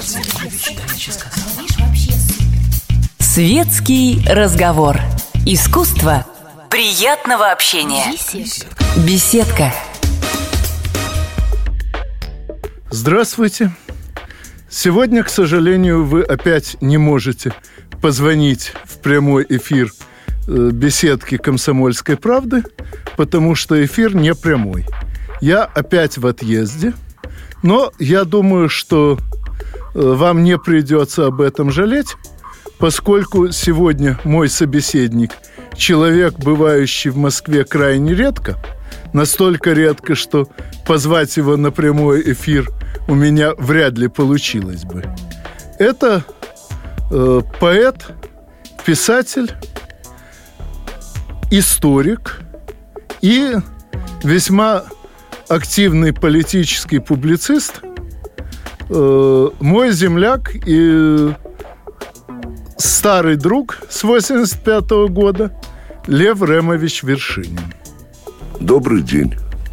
Светский разговор. Искусство приятного общения. Беседка. Здравствуйте. Сегодня, к сожалению, вы опять не можете позвонить в прямой эфир беседки «Комсомольской правды», потому что эфир не прямой. Я опять в отъезде, но я думаю, что вам не придется об этом жалеть, поскольку сегодня мой собеседник – человек, бывающий в Москве крайне редко, настолько редко, что позвать его на прямой эфир у меня вряд ли получилось бы. Это поэт, писатель, историк и весьма активный политический публицист, мой земляк и старый друг с 85-го года Лев Ремович Вершинин. Добрый день.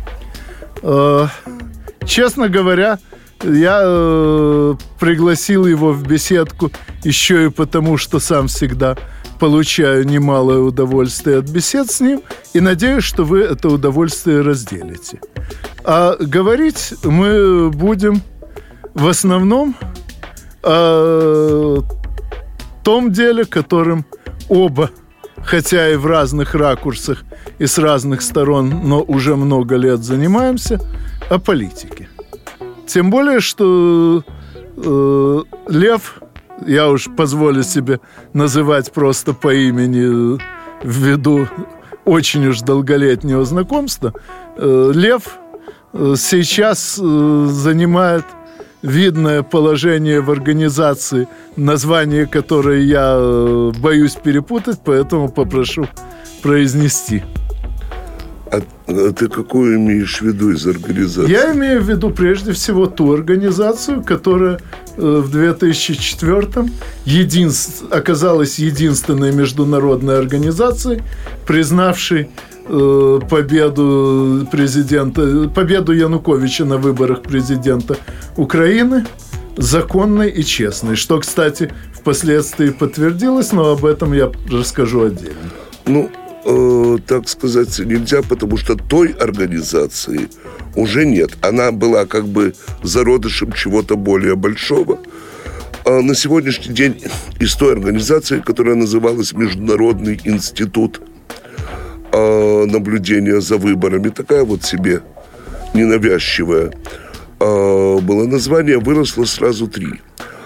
Честно говоря, я пригласил его в беседку еще и потому, что сам всегда получаю немалое удовольствие от бесед с ним, и надеюсь, что вы это удовольствие разделите. А говорить мы будем в основном о том деле, которым оба, хотя и в разных ракурсах и с разных сторон, но уже много лет занимаемся, о политике. Тем более, что Лев, я уж позволю себе называть просто по имени ввиду очень уж долголетнего знакомства, Лев сейчас занимает видное положение в организации, название которой я боюсь перепутать, поэтому попрошу произнести. А ты какую имеешь в виду из организации? Я имею в виду прежде всего ту организацию, которая в 2004-м оказалась единственной международной организацией, признавшей победу Януковича на выборах президента Украины законной и честной, что, кстати, впоследствии подтвердилось, но об этом я расскажу отдельно. Так сказать нельзя, потому что той организации уже нет. Она была как бы зародышем чего-то более большого. А на сегодняшний день из той организации, которая называлась Международный институт наблюдения за выборами, такая вот себе ненавязчивая, было название, выросло сразу три.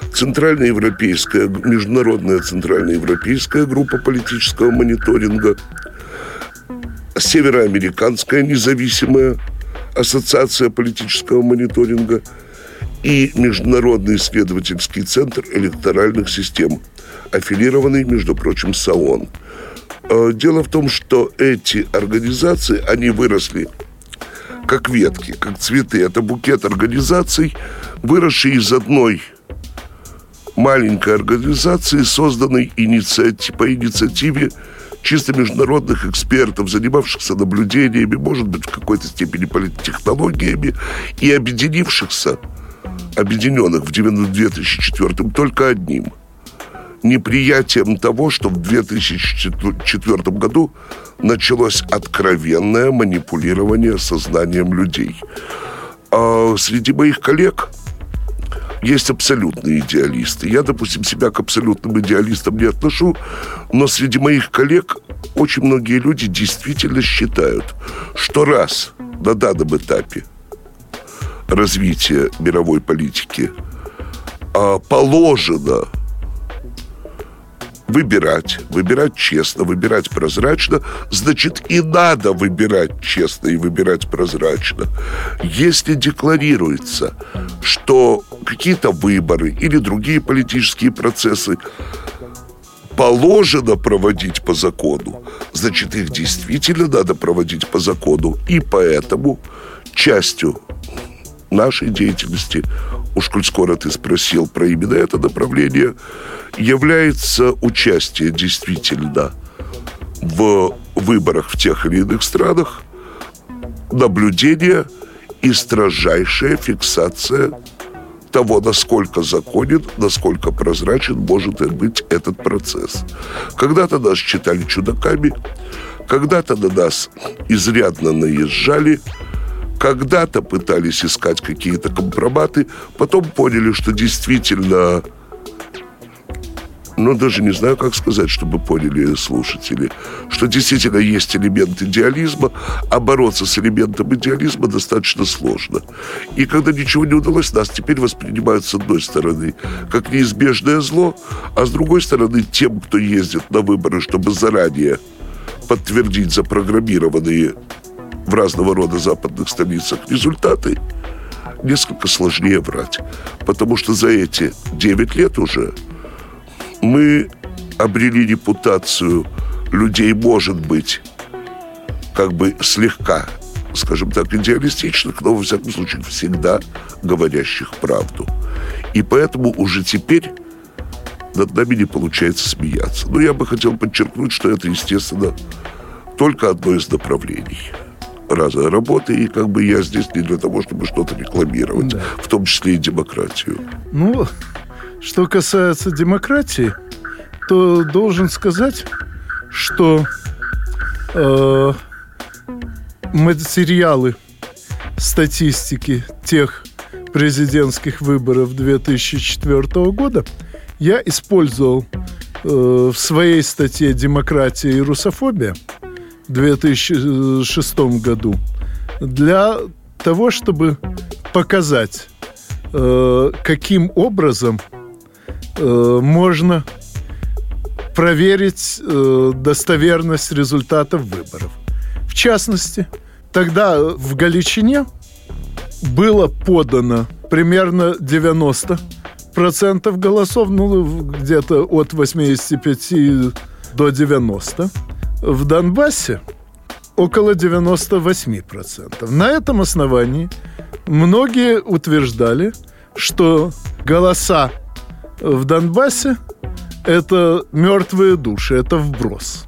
Международная центральноевропейская группа политического мониторинга, Североамериканская независимая ассоциация политического мониторинга и Международный исследовательский центр электоральных систем, аффилированный, между прочим, с ООН. Дело в том, что эти организации, они выросли как ветки, как цветы. Это букет организаций, выросший из одной маленькой организации, созданной по инициативе чисто международных экспертов, занимавшихся наблюдениями, может быть, в какой-то степени политтехнологиями, и объединенных в 2004-м только одним – неприятием того, что в 2004 году началось откровенное манипулирование сознанием людей. А среди моих коллег есть абсолютные идеалисты. Я, допустим, себя к абсолютным идеалистам не отношу, но среди моих коллег очень многие люди действительно считают, что раз на данном этапе развития мировой политики положено выбирать честно, выбирать прозрачно, значит, и надо выбирать честно и выбирать прозрачно. Если декларируется, что какие-то выборы или другие политические процессы положено проводить по закону, значит, их действительно надо проводить по закону. И поэтому частью нашей деятельности, уж коль скоро ты спросил про именно это направление, является участие действительно в выборах в тех или иных странах, наблюдение и строжайшая фиксация того, насколько законен, насколько прозрачен может быть этот процесс. Когда-то нас считали чудаками, когда-то на нас изрядно наезжали, когда-то пытались искать какие-то компроматы, потом поняли, что действительно... даже не знаю, как сказать, чтобы поняли слушатели, что действительно есть элемент идеализма, а бороться с элементом идеализма достаточно сложно. И когда ничего не удалось, нас теперь воспринимают с одной стороны как неизбежное зло, а с другой стороны тем, кто ездит на выборы, чтобы заранее подтвердить запрограммированные в разного рода западных столицах результаты, несколько сложнее врать. Потому что за эти 9 лет уже мы обрели репутацию людей, может быть, как бы слегка, скажем так, идеалистичных, но, во всяком случае, всегда говорящих правду. И поэтому уже теперь над нами не получается смеяться. Но я бы хотел подчеркнуть, что это, естественно, только одно из направлений работы, и как бы я здесь не для того, чтобы что-то рекламировать, да, в том числе и демократию. Что касается демократии, то должен сказать, что материалы статистики тех президентских выборов 2004 года я использовал в своей статье «Демократия и русофобия» в 2006 году для того, чтобы показать, каким образом можно проверить достоверность результатов выборов. В частности, тогда в Галичине было подано примерно 90% голосов, где-то от 85 до 90%. В Донбассе около 98%. На этом основании многие утверждали, что голоса в Донбассе – это мертвые души, это вброс.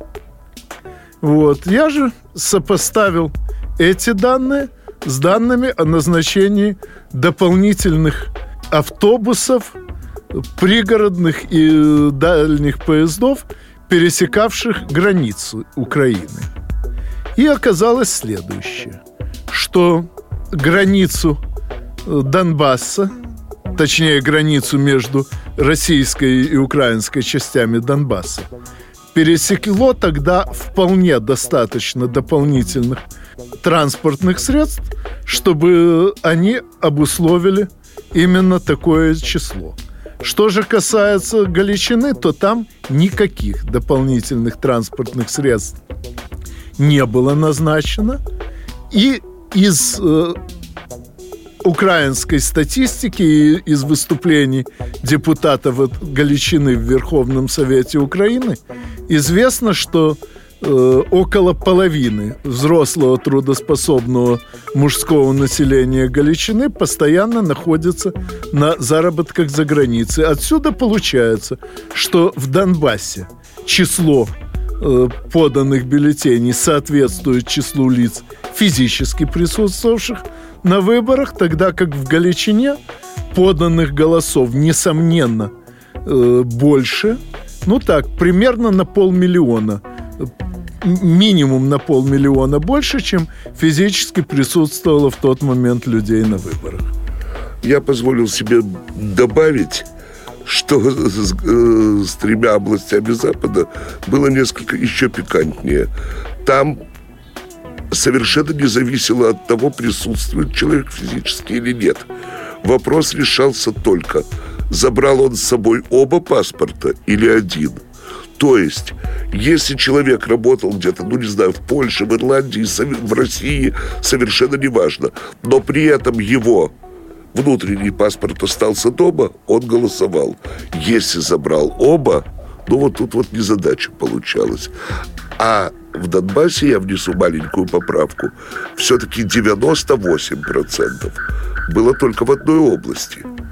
Я же сопоставил эти данные с данными о назначении дополнительных автобусов, пригородных и дальних поездов, пересекавших границу Украины. И оказалось следующее, что границу Донбасса, точнее границу между российской и украинской частями Донбасса, пересекло тогда вполне достаточно дополнительных транспортных средств, чтобы они обусловили именно такое число. Что же касается Галичины, то там никаких дополнительных транспортных средств не было назначено. И из украинской статистики и из выступлений депутатов от Галичины в Верховном Совете Украины известно, что около половины взрослого трудоспособного мужского населения Галичины постоянно находится на заработках за границей. Отсюда получается, что в Донбассе число поданных бюллетеней соответствует числу лиц, физически присутствовавших на выборах, тогда как в Галичине поданных голосов, несомненно, больше, примерно на 500 000, минимум на 500 000 больше, чем физически присутствовало в тот момент людей на выборах. Я позволил себе добавить, что с 3 областями Запада было несколько еще пикантнее. Там совершенно не зависело от того, присутствует человек физически или нет. Вопрос решался только, забрал он с собой оба паспорта или один. То есть, если человек работал где-то, в Польше, в Ирландии, в России, совершенно неважно, но при этом его внутренний паспорт остался дома, он голосовал. Если забрал оба, тут незадача получалась. А в Донбассе, я внесу маленькую поправку, все-таки 98% было только в одной области.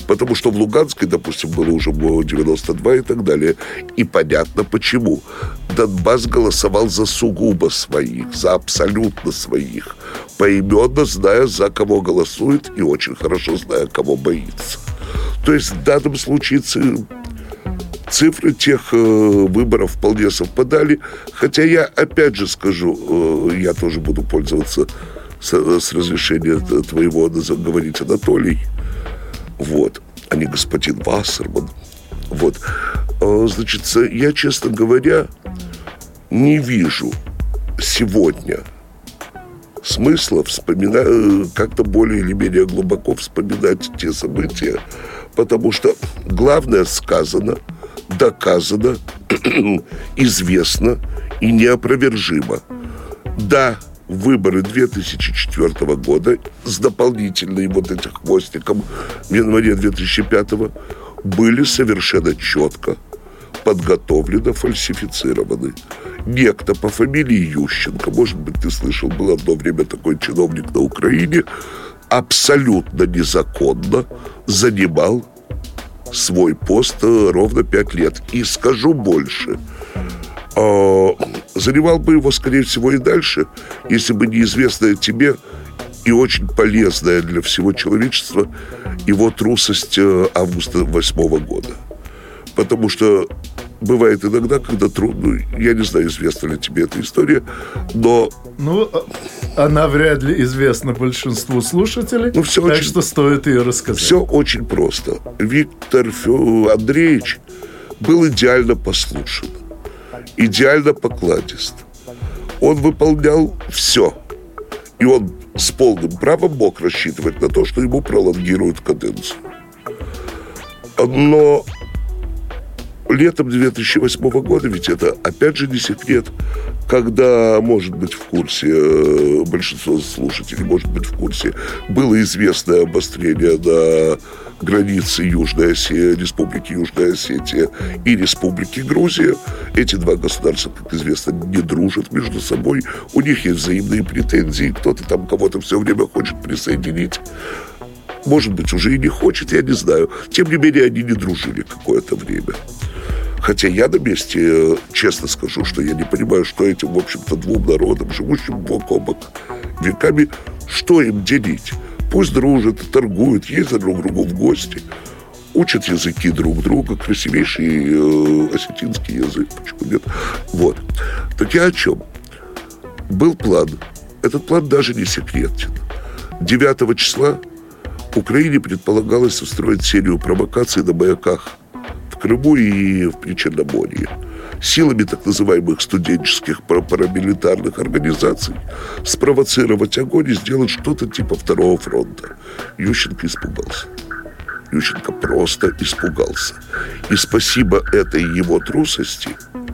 Потому что в Луганске, допустим, было уже 92 и так далее. И понятно почему. Донбасс голосовал за сугубо своих, за абсолютно своих, поименно зная, за кого голосует, и очень хорошо зная, кого боится. То есть в данном случае цифры тех выборов вполне совпадали. Хотя я опять же скажу, я тоже буду пользоваться с разрешения твоего говорить Анатолий, вот, а не господин Вассерман. Вот. Значит, я, честно говоря, не вижу сегодня смысла вспоминать, как-то более или менее глубоко вспоминать те события, потому что главное сказано, доказано, известно и неопровержимо. Да, выборы 2004 года с дополнительным вот этим хвостиком в январе 2005 были совершенно четко подготовлены, фальсифицированы. Некто по фамилии Ющенко, может быть, ты слышал, был одно время такой чиновник на Украине, абсолютно незаконно занимал свой пост ровно 5 лет. И скажу больше, занимал бы его, скорее всего, и дальше, если бы неизвестная тебе и очень полезная для всего человечества его трусость августа 2008 года. Потому что бывает иногда, когда трудно, я не знаю, известна ли тебе эта история, но... Ну, она вряд ли известна большинству слушателей, так что стоит ее рассказать. Все очень просто. Виктор Андреевич был идеально послушен, идеально покладист. Он выполнял все. И он с полным правом мог рассчитывать на то, что ему пролонгируют каденцию. Но летом 2008 года, ведь это, опять же, не секрет, когда, может быть, в курсе, большинство слушателей, может быть, в курсе, было известное обострение на границе Республики Южная Осетия и Республики Грузия. Эти два государства, как известно, не дружат между собой. У них есть взаимные претензии. Кто-то там кого-то все время хочет присоединить. Может быть, уже и не хочет, я не знаю. Тем не менее, они не дружили какое-то время. Хотя я на месте, честно скажу, что я не понимаю, что этим, в общем-то, двум народам, живущим бок о бок веками, что им делить. Пусть дружат, торгуют, ездят друг к другу в гости, учат языки друг друга, красивейший осетинский язык, почему нет? Вот. Так я о чем? Был план. Этот план даже не секретен. 9 числа Украине предполагалось устроить серию провокаций на маяках в Крыму и в Причерноморье силами так называемых студенческих парамилитарных организаций, спровоцировать огонь и сделать что-то типа второго фронта. Ющенко испугался. Ющенко просто испугался. И спасибо этой его трусости,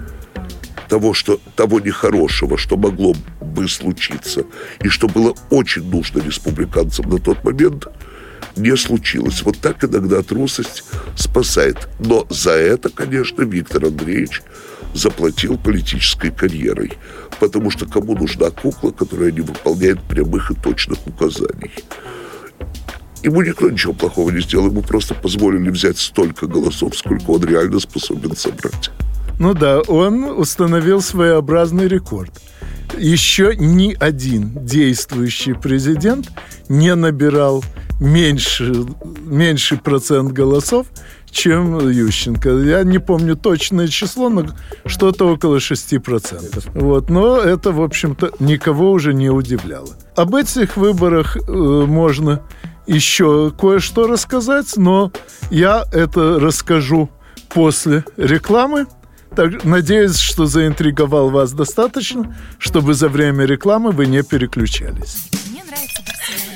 того нехорошего, что могло бы случиться, и что было очень нужно республиканцам на тот момент, не случилось. Вот так иногда трусость спасает. Но за это, конечно, Виктор Андреевич заплатил политической карьерой. Потому что кому нужна кукла, которая не выполняет прямых и точных указаний? Ему никто ничего плохого не сделал. Ему просто позволили взять столько голосов, сколько он реально способен собрать. Ну да, он установил своеобразный рекорд. Еще ни один действующий президент не набирал меньше процент голосов, чем Ющенко. Я не помню точное число, но что-то около 6%. Вот. Но это, в общем-то, никого уже не удивляло. Об этих выборах можно еще кое-что рассказать, но я это расскажу после рекламы. Так, надеюсь, что заинтриговал вас достаточно, чтобы за время рекламы вы не переключались. Мне нравится.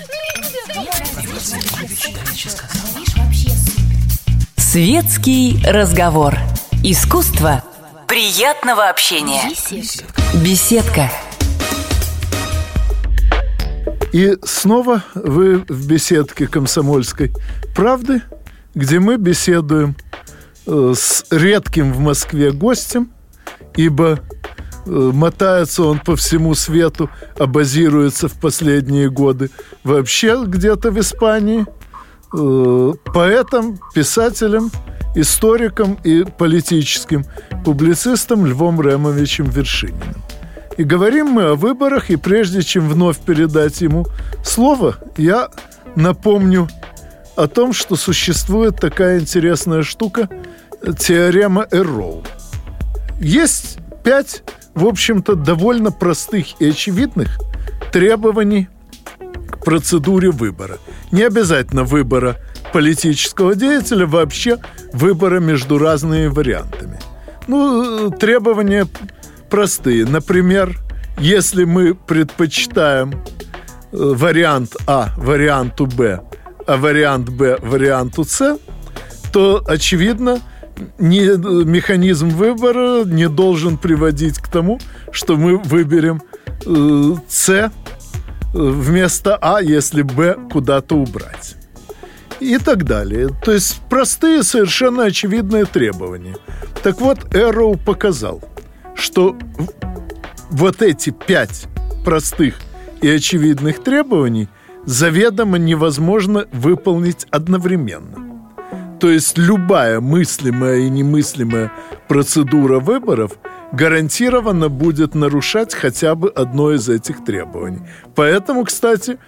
Светский разговор. Искусство приятного общения. Беседка. И снова вы в беседке «Комсомольской правды», где мы беседуем с редким в Москве гостем, ибо мотается он по всему свету, а базируется в последние годы вообще где-то в Испании. поэтом, писателем, историком и политическим публицистом Львом Ремовичем Вершининым. И говорим мы о выборах, и прежде чем вновь передать ему слово, я напомню о том, что существует такая интересная штука – теорема Эрроу. Есть 5, в общем-то, довольно простых и очевидных требований к процедуре выбора. Не обязательно выбора политического деятеля, вообще выбора между разными вариантами. Требования простые. Например, если мы предпочитаем вариант А варианту Б, а вариант Б варианту С, то, очевидно, механизм выбора не должен приводить к тому, что мы выберем С вместо А, если Б куда-то убрать. И так далее. То есть простые, совершенно очевидные требования. Так вот, Эрроу показал, что вот эти 5 простых и очевидных требований заведомо невозможно выполнить одновременно. То есть любая мыслимая и немыслимая процедура выборов гарантированно будет нарушать хотя бы одно из этих требований. Поэтому, кстати,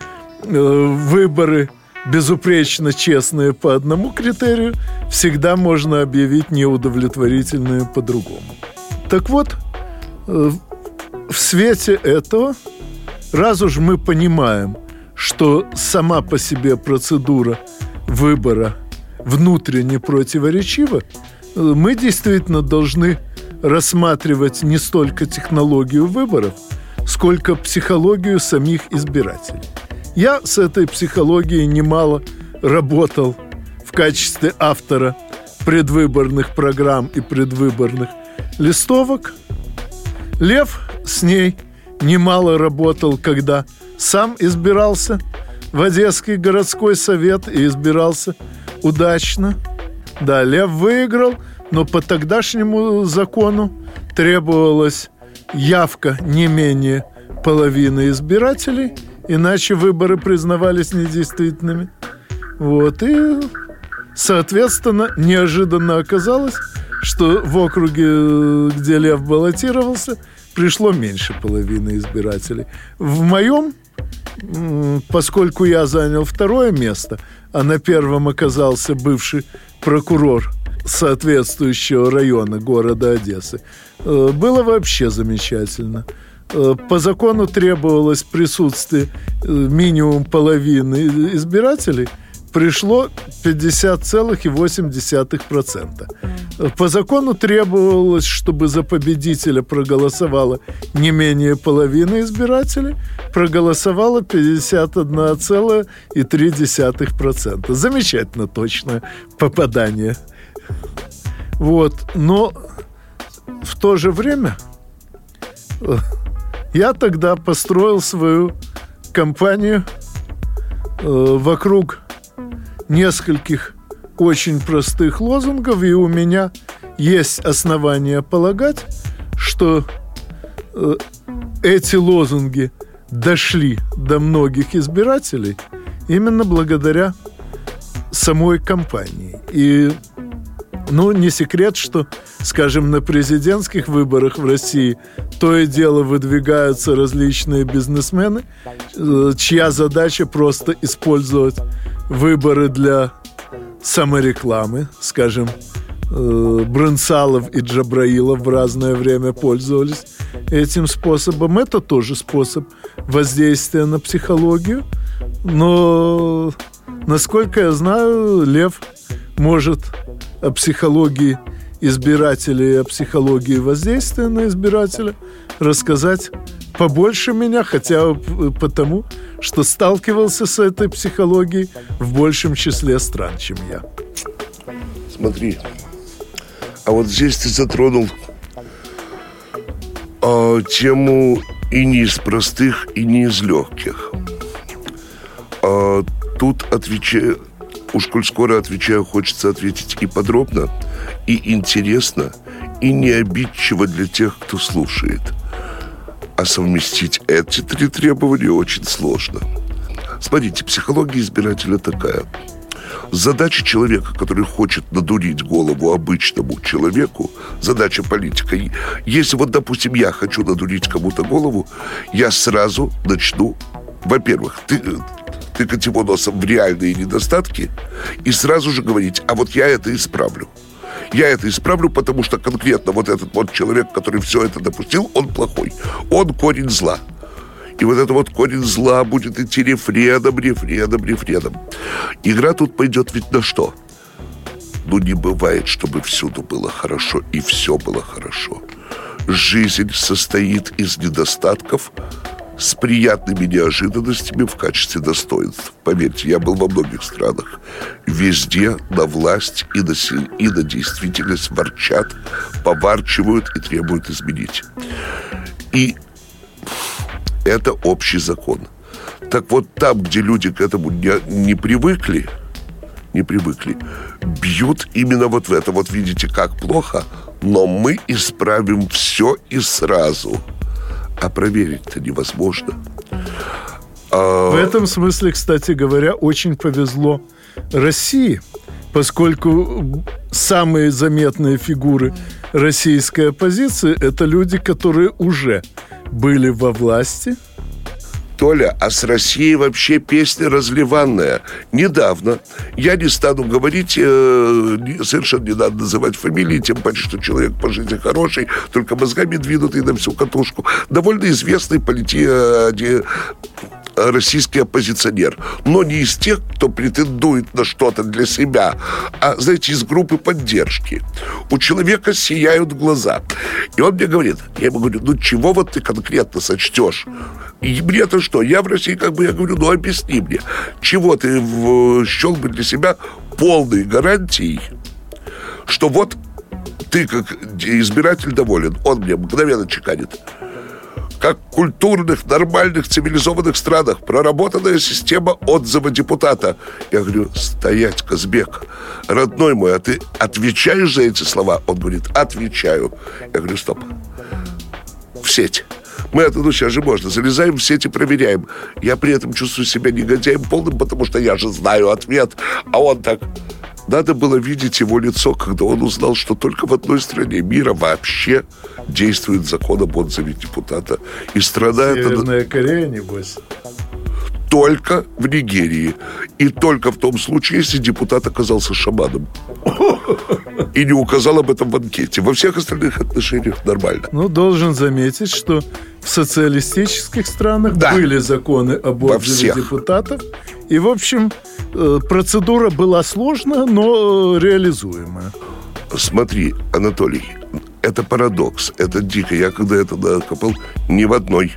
выборы безупречно честные по одному критерию всегда можно объявить неудовлетворительными по другому. Так вот, в свете этого, раз уж мы понимаем, что сама по себе процедура выбора внутренне противоречива, мы действительно должны рассматривать не столько технологию выборов, сколько психологию самих избирателей. Я с этой психологией немало работал в качестве автора предвыборных программ и предвыборных листовок. Лев с ней немало работал, когда сам избирался в Одесский городской совет и избирался удачно. Да, Лев выиграл, но по тогдашнему закону требовалась явка не менее половины избирателей, иначе выборы признавались недействительными. Вот, и, соответственно, неожиданно оказалось, что в округе, где Лев баллотировался, пришло меньше половины избирателей. В моем, поскольку я занял 2 место, а на 1 оказался бывший прокурор соответствующего района города Одессы, было вообще замечательно. По закону требовалось присутствие минимум половины избирателей, пришло 50,8%. По закону требовалось, чтобы за победителя проголосовало не менее половины избирателей, проголосовало 51,3%. Замечательно точное попадание. Вот. Но в то же время я тогда построил свою кампанию вокруг нескольких очень простых лозунгов, и у меня есть основания полагать, что эти лозунги дошли до многих избирателей именно благодаря самой кампании. И не секрет, что, скажем, на президентских выборах в России то и дело выдвигаются различные бизнесмены, чья задача просто использовать выборы для саморекламы. Скажем, Брынцалов и Джабраилов в разное время пользовались этим способом. Это тоже способ воздействия на психологию. Но, насколько я знаю, Лев может о психологии избирателей и о психологии воздействия на избирателя рассказать побольше меня, хотя бы потому, что сталкивался с этой психологией в большем числе стран, чем я. Смотри, а вот здесь ты затронул тему и не из простых, и не из легких. Тут отвечаю, коль скоро отвечаю, хочется ответить и подробно, и интересно, и не обидчиво для тех, кто слушает. А совместить эти 3 требования очень сложно. Смотрите, психология избирателя такая. Задача человека, который хочет надурить голову обычному человеку, задача политика, если вот, допустим, я хочу надурить кому-то голову, я сразу начну, во-первых, тыкать его носом в реальные недостатки и сразу же говорить, а вот я это исправлю. Я это исправлю, потому что конкретно вот этот вот человек, который все это допустил, он плохой. Он корень зла. И вот это вот корень зла будет идти рефреном. Игра тут пойдет ведь на что? Ну, не бывает, чтобы всюду было хорошо и все было хорошо. Жизнь состоит из недостатков с приятными неожиданностями в качестве достоинств. Поверьте, я был во многих странах. Везде на власть и на действительность ворчат, поворчивают и требуют изменить. И это общий закон. Так вот, там, где люди к этому не привыкли, бьют именно вот в это. Вот видите, как плохо, но мы исправим все и сразу. А проверить-то невозможно. В этом смысле, кстати говоря, очень повезло России, поскольку самые заметные фигуры российской оппозиции – это люди, которые уже были во власти. Толя, а с Россией вообще песня разливанная. Недавно, я не стану говорить, совершенно не надо называть фамилии, тем паче, что человек по жизни хороший, только мозгами двинутый на всю катушку. Довольно известный российский оппозиционер, но не из тех, кто претендует на что-то для себя, а, знаете, из группы поддержки. У человека сияют глаза. И он мне говорит, я ему говорю, ну чего вот ты конкретно сочтешь? И мне-то что? Я в России, я говорю, ну объясни мне, чего ты счел бы для себя полной гарантией, что вот ты как избиратель доволен, он мне мгновенно чеканит. Как в культурных, нормальных, цивилизованных странах проработанная система отзыва депутата. Я говорю, стоять, Казбек, родной мой, а ты отвечаешь за эти слова? Он говорит, отвечаю. Я говорю, стоп, в сеть. Мы это, сейчас же можно, залезаем в сеть и проверяем. Я при этом чувствую себя негодяем полным, потому что я же знаю ответ. А он так... Надо было видеть его лицо, когда он узнал, что только в одной стране мира вообще действует закон об отзыве депутата. И страна Северная Корея, небось. Только в Нигерии. И только в том случае, если депутат оказался шаманом. И не указал об этом в анкете. Во всех остальных отношениях нормально. Ну, должен заметить, что в социалистических странах были законы об отзыве депутатов. И, в общем, процедура была сложная, но реализуемая. Смотри, Анатолий, это парадокс, это дико. Я когда это накопал, ни в одной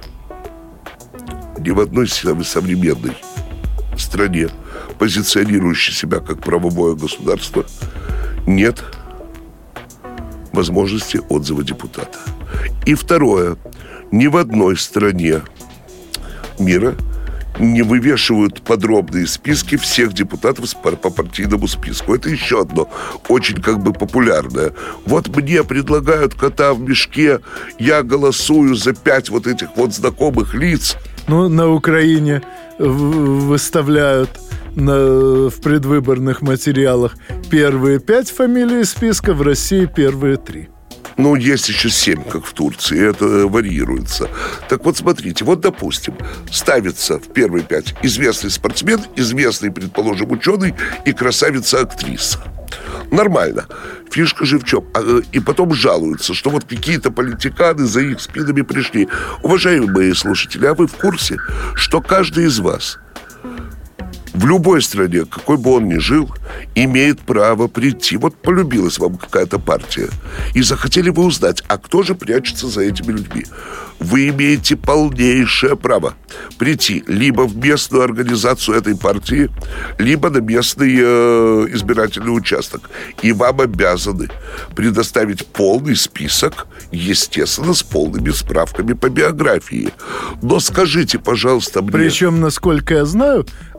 современной стране, позиционирующей себя как правовое государство, нет возможности отзыва депутата. И второе, ни в одной стране мира не вывешивают подробные списки всех депутатов по партийному списку. Это еще одно, очень популярное. Вот мне предлагают кота в мешке, я голосую за 5 вот этих вот знакомых лиц. Ну, на Украине выставляют в предвыборных материалах первые 5 фамилий списка, в России первые 3. Ну, есть еще 7, как в Турции, это варьируется. Так вот, смотрите, вот, допустим, ставится в первые 5 известный спортсмен, известный, предположим, ученый и красавица-актриса. Нормально. Фишка же в чем? И потом жалуются, что вот какие-то политиканы за их спинами пришли. Уважаемые слушатели, а вы в курсе, что каждый из вас в любой стране, какой бы он ни жил, имеет право прийти. Вот полюбилась вам какая-то партия, и захотели вы узнать, а кто же прячется за этими людьми. Вы имеете полнейшее право прийти либо в местную организацию этой партии, либо на местный избирательный участок. И вам обязаны предоставить полный список, естественно, с полными справками по биографии. Но скажите, пожалуйста, мне... Причем, насколько я знаю,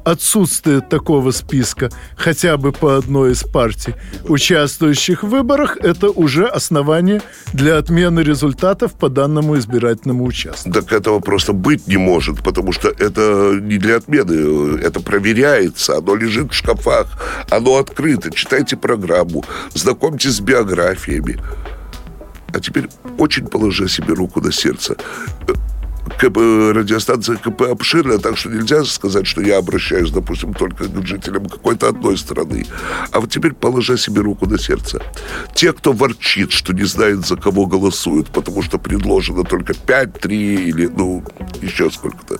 отсутствие такого списка хотя бы по одной из партий, участвующих в выборах, это уже основание для отмены результатов по данному избирательному участку. Так этого просто быть не может, потому что это не для отмены, это проверяется, оно лежит в шкафах, оно открыто, читайте программу, знакомьтесь с биографиями. А теперь очень положи себе руку на сердце. Радиостанция КП обширная, так что нельзя сказать, что я обращаюсь, допустим, только к жителям какой-то одной страны. А вот теперь положа себе руку на сердце. Те, кто ворчит, что не знает, за кого голосуют, потому что предложено только 5, 3 или, еще сколько-то.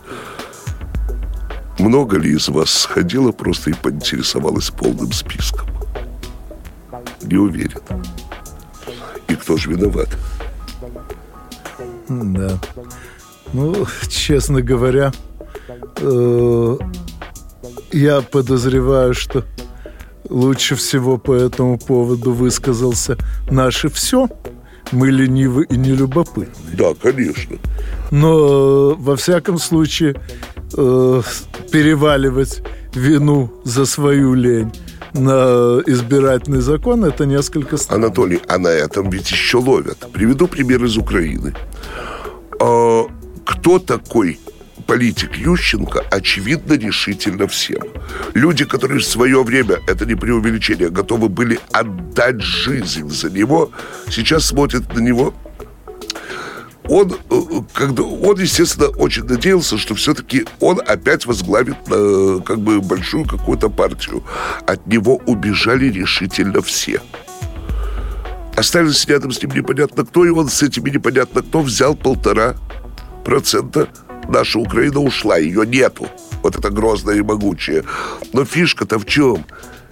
Много ли из вас сходило просто и поинтересовалось полным списком? Не уверен. И кто же виноват? Да. Честно говоря, я подозреваю, что лучше всего по этому поводу высказался наше все. Мы ленивы и нелюбопытны. Да, конечно. Но, во всяком случае, переваливать вину за свою лень на избирательный закон — это несколько странно. Анатолий, а на этом ведь еще ловят. Приведу пример из Украины. Кто такой политик Ющенко, очевидно, решительно всем. Люди, которые в свое время, это не преувеличение, готовы были отдать жизнь за него, сейчас смотрят на него. Он, естественно, очень надеялся, что все-таки он опять возглавит большую какую-то партию. От него убежали решительно все. Остались рядом с ним непонятно кто, и он с этими непонятно кто взял 1,5%. Наша Украина ушла, ее нету. Вот это грозное и могучее. Но фишка-то в чем?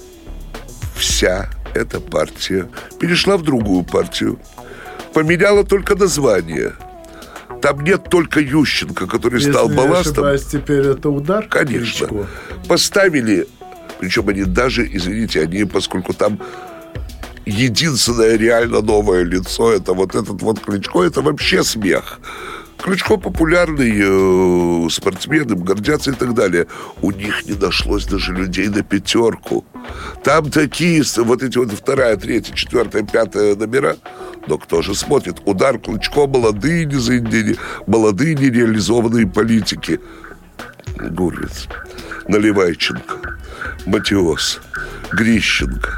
Вся эта партия перешла в другую партию. Поменяла только название. Там нет только Ющенко, который стал балластом. Если не ошибаюсь, теперь это удар? Конечно. Кличко. Поставили, причем они даже, поскольку там единственное реально новое лицо, это вот этот вот Кличко, это вообще смех. Кличко популярный, спортсмен, им гордятся и так далее. У них не нашлось даже людей на 5. Там такие, вот эти вот 2, 3, 4, 5 номера. Но кто же смотрит? Удар, Кличко, молодые нереализованные политики. Гурвиц, Наливайченко, Матиос, Грищенко.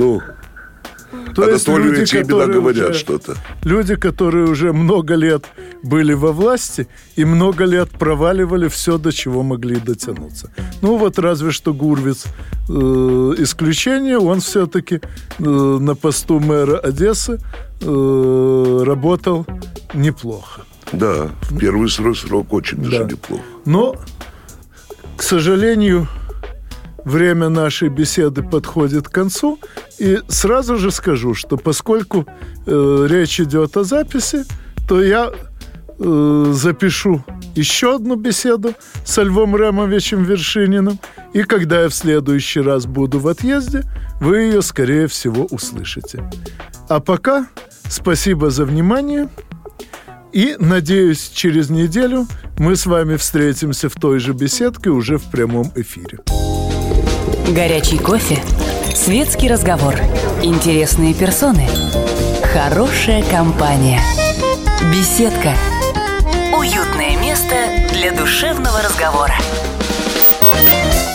То Анатолию есть эти имена говорят что-то. Люди, которые уже много лет были во власти и много лет проваливали все, до чего могли дотянуться. Разве что Гурвиц исключение. Он все-таки на посту мэра Одессы работал неплохо. Да, в первый срок очень даже неплохо. Но, к сожалению, время нашей беседы подходит к концу, и сразу же скажу, что поскольку речь идет о записи, то я запишу еще одну беседу со Львом Ремовичем Вершининым, и когда я в следующий раз буду в отъезде, вы ее, скорее всего, услышите. А пока спасибо за внимание, и, надеюсь, через неделю мы с вами встретимся в той же беседке уже в прямом эфире. Горячий кофе, светский разговор, интересные персоны, хорошая компания. Беседка. Уютное место для душевного разговора.